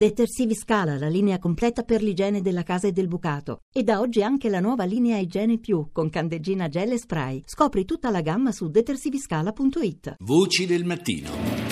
Detersivi Scala, la linea completa per l'igiene della casa e del bucato. E da oggi anche la nuova linea Igiene Più, con candeggina gel e spray. Scopri tutta la gamma su detersiviscala.it. Voci del mattino.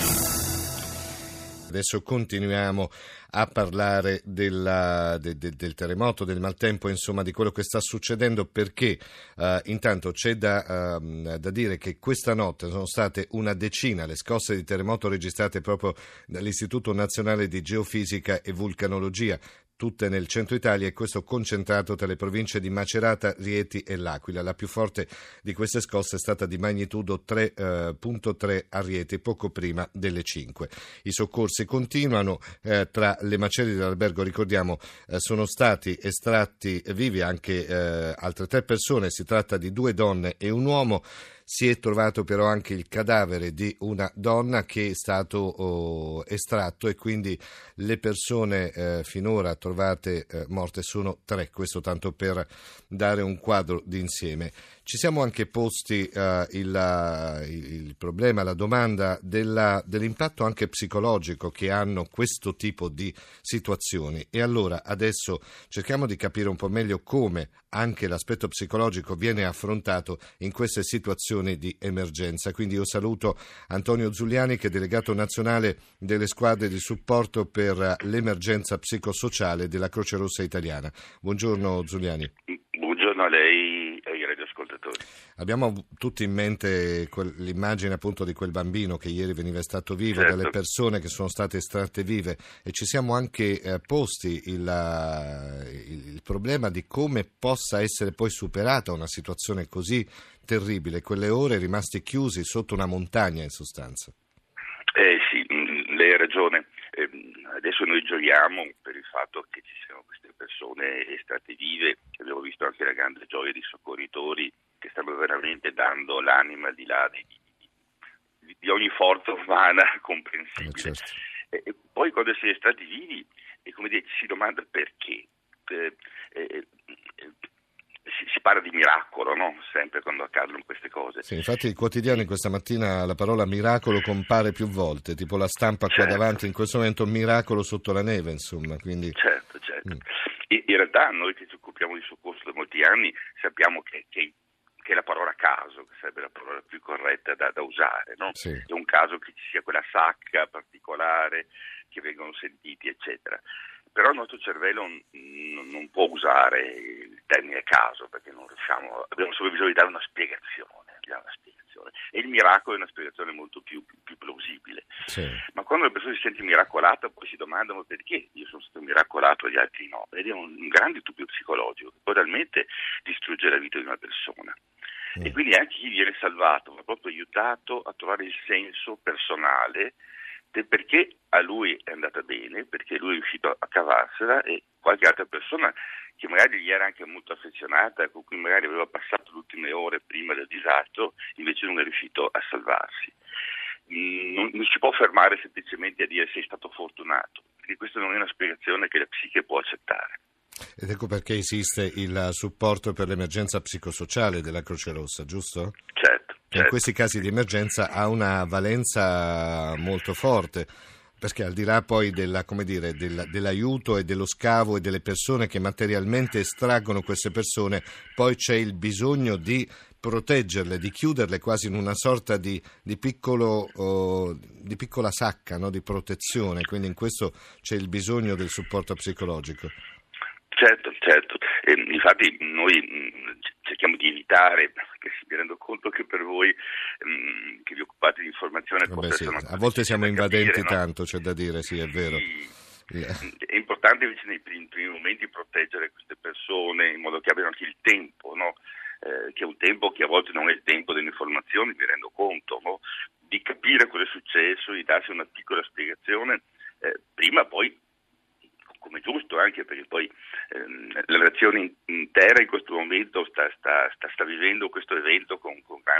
Adesso continuiamo a parlare del terremoto, del maltempo, insomma di quello che sta succedendo, perché intanto c'è da dire che questa notte sono state una decina le scosse di terremoto registrate proprio dall'Istituto Nazionale di Geofisica e Vulcanologia, tutte nel centro Italia, e questo concentrato tra le province di Macerata, Rieti e L'Aquila. La più forte di queste scosse è stata di magnitudo 3.3 a Rieti, poco prima delle 5. I soccorsi continuano, tra le macerie dell'albergo, ricordiamo, sono stati estratti vivi anche altre 3 persone, si tratta di 2 donne e un uomo. Si è trovato però anche il cadavere di una donna che è stato estratto, e quindi le persone finora trovate morte sono 3, questo tanto per dare un quadro d'insieme. Ci siamo anche posti il problema, la domanda dell'impatto anche psicologico che hanno questo tipo di situazioni, e allora adesso cerchiamo di capire un po' meglio come anche l'aspetto psicologico viene affrontato in queste situazioni di emergenza. Quindi io saluto Antonio Zuliani, che è delegato nazionale delle squadre di supporto per l'emergenza psicosociale della Croce Rossa Italiana. Buongiorno Zuliani. Buongiorno a lei e ai radioascoltatori. Abbiamo tutti in mente l'immagine appunto di quel bambino che ieri veniva estratto vivo, certo, delle persone che sono state estratte vive, e ci siamo anche posti il problema di come possa essere poi superata una situazione così terribile, quelle ore rimasti chiusi sotto una montagna in sostanza. Sì, lei ha ragione. Adesso noi gioiamo per il fatto che ci siano queste persone estratte vive. Abbiamo visto anche la grande gioia dei soccorritori che stanno veramente dando l'anima al di là di ogni forza umana comprensibile. Certo. E poi quando si è estratti vivi, come dire, ci si domanda perché. Si parla di miracolo, no? Sempre quando accadono queste cose. Sì, infatti i quotidiani questa mattina la parola miracolo compare più volte, tipo la Stampa qua davanti in questo momento, miracolo sotto la neve, insomma. Quindi... Certo. In realtà noi che ci occupiamo di soccorso da molti anni sappiamo che è la parola caso, che sarebbe la parola più corretta da usare, no? Sì. È un caso che ci sia quella sacca particolare, che vengono sentiti, eccetera. Però il nostro cervello non può usare il termine caso, perché non riusciamo, abbiamo solo bisogno di dare una spiegazione. E il miracolo è una spiegazione molto più plausibile. Sì. Ma quando la persona si sente miracolata, poi si domandano perché io sono stato miracolato e gli altri no. Ed è un grande dubbio psicologico che può realmente distruggere la vita di una persona. E quindi anche chi viene salvato va proprio aiutato a trovare il senso personale del perché a lui è andata bene, perché lui è riuscito a cavarsela, e qualche altra persona che magari gli era anche molto affezionata, con cui magari aveva passato le ultime ore prima del disastro, invece non è riuscito a salvarsi. Non si può fermare semplicemente a dire sei stato fortunato, perché questa non è una spiegazione che la psiche può accettare. Ed ecco perché esiste il supporto per l'emergenza psicosociale della Croce Rossa, giusto? Certo. In questi casi di emergenza ha una valenza molto forte, perché al di là poi dell'aiuto e dello scavo e delle persone che materialmente estraggono queste persone, poi c'è il bisogno di proteggerle, di chiuderle quasi in una sorta di piccola sacca, no? Di protezione, quindi in questo c'è il bisogno del supporto psicologico. Certo. Infatti noi cerchiamo di evitare, perché mi rendo conto che per voi che vi occupate di informazione a volte siamo invadenti, no? Tanto c'è da dire, sì, è vero. È importante invece nei primi momenti proteggere queste persone in modo che abbiano anche il tempo, no? Che è un tempo che a volte non è il tempo delle informazioni, mi rendo conto, no? Di capire cosa è successo, di darsi una piccola spiegazione, prima poi, come giusto, anche perché poi la nazione intera in questo momento sta vivendo questo evento con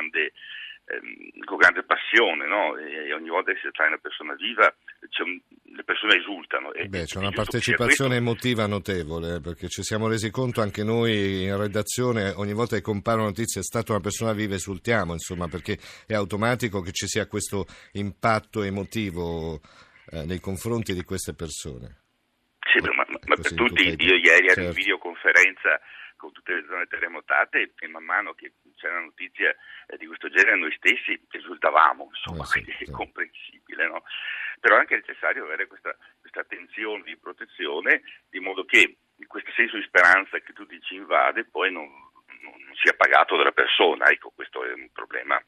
grande passione, no? E ogni volta che si tratta di una persona viva le persone esultano. C'è una partecipazione emotiva notevole, perché ci siamo resi conto anche noi in redazione, ogni volta che compare una notizia è stata una persona viva, esultiamo, insomma, perché è automatico che ci sia questo impatto emotivo nei confronti di queste persone. Sì, ma per tutti, io ieri ero in videoconferenza con tutte le zone terremotate e man mano che c'era una notizia di questo genere noi stessi esultavamo, insomma, quindi è comprensibile, no? Però è anche necessario avere questa attenzione di protezione, di modo che questo senso di speranza che tu dici invade poi non sia pagato dalla persona, ecco, questo è un problema.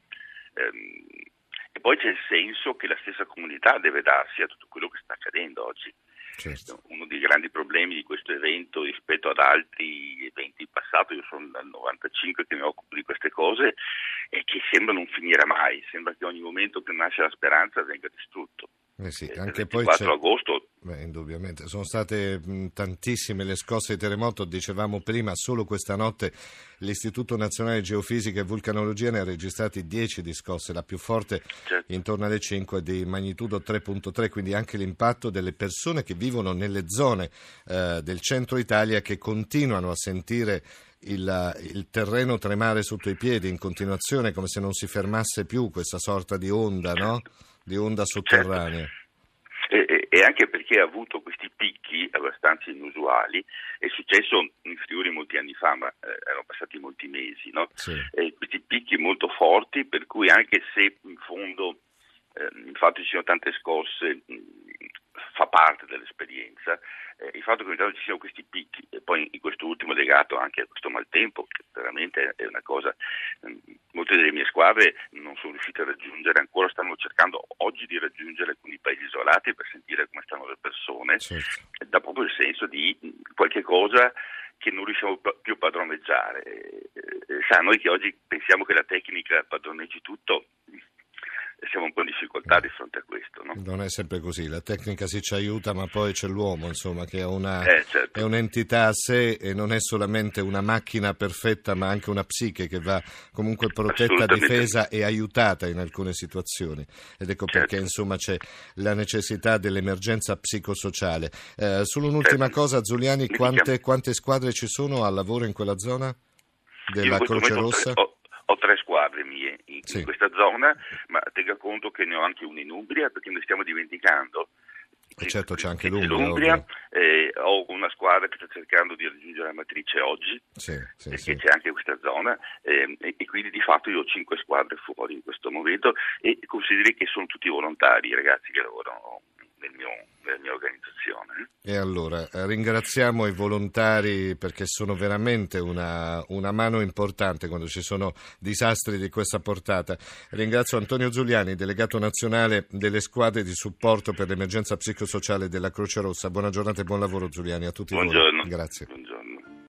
E poi c'è il senso che la stessa comunità deve darsi a tutto quello che sta accadendo oggi. Certo. Uno dei grandi problemi di questo evento rispetto ad altri eventi in passato, io sono dal 95 che mi occupo di queste cose, è che sembra non finire mai, sembra che ogni momento che nasce la speranza venga distrutto. Sì, anche poi 24 agosto. Indubbiamente, sono state tantissime le scosse di terremoto, dicevamo prima, solo questa notte l'Istituto Nazionale di Geofisica e Vulcanologia ne ha registrati 10 di scosse, la più forte intorno alle 5 di magnitudo 3.3, quindi anche l'impatto delle persone che vivono nelle zone del centro Italia che continuano a sentire il terreno tremare sotto i piedi in continuazione, come se non si fermasse più questa sorta di onda, no? Di onda sotterranea. E anche perché ha avuto questi picchi abbastanza inusuali. È successo in Friuli molti anni fa, ma erano passati molti mesi, no? Sì. Questi picchi molto forti, per cui anche se in fondo il fatto che ci siano tante scosse fa parte dell'esperienza, il fatto che ogni tanto ci siano questi picchi e poi in questo ultimo legato anche a questo maltempo, che veramente è una cosa, molte delle mie squadre non sono riuscite a raggiungere, ancora stanno cercando oggi di raggiungere alcuni paesi isolati per sentire come stanno le persone, certo. Dà proprio il senso di qualche cosa che non riusciamo più a padroneggiare. Sa, noi che oggi pensiamo che la tecnica padroneggi tutto, siamo un po' in difficoltà di fronte a questo, no? Non è sempre così, la tecnica ci aiuta, ma poi c'è l'uomo, insomma, che certo. è un'entità a sé e non è solamente una macchina perfetta, ma anche una psiche che va comunque protetta, difesa e aiutata in alcune situazioni. Ed ecco perché, insomma, c'è la necessità dell'emergenza psicosociale. Solo un'ultima cosa, Zuliani, quante squadre ci sono al lavoro in quella zona della Croce Rossa? Ho 3 squadre mie in questa zona, ma tenga conto che ne ho anche una in Umbria, perché noi stiamo dimenticando. E certo c'è anche l'Umbria. Ho una squadra che sta cercando di raggiungere la matrice oggi, perché c'è anche questa zona, e quindi di fatto io ho 5 squadre fuori in questo momento, e consideri che sono tutti volontari, i ragazzi che lavorano nella mia organizzazione. E allora ringraziamo i volontari, perché sono veramente una mano importante quando ci sono disastri di questa portata. Ringrazio Antonio Zuliani, delegato nazionale delle squadre di supporto per l'emergenza psicosociale della Croce Rossa. Buona giornata e buon lavoro, Zuliani, a tutti voi. Buongiorno. Grazie. Buongiorno.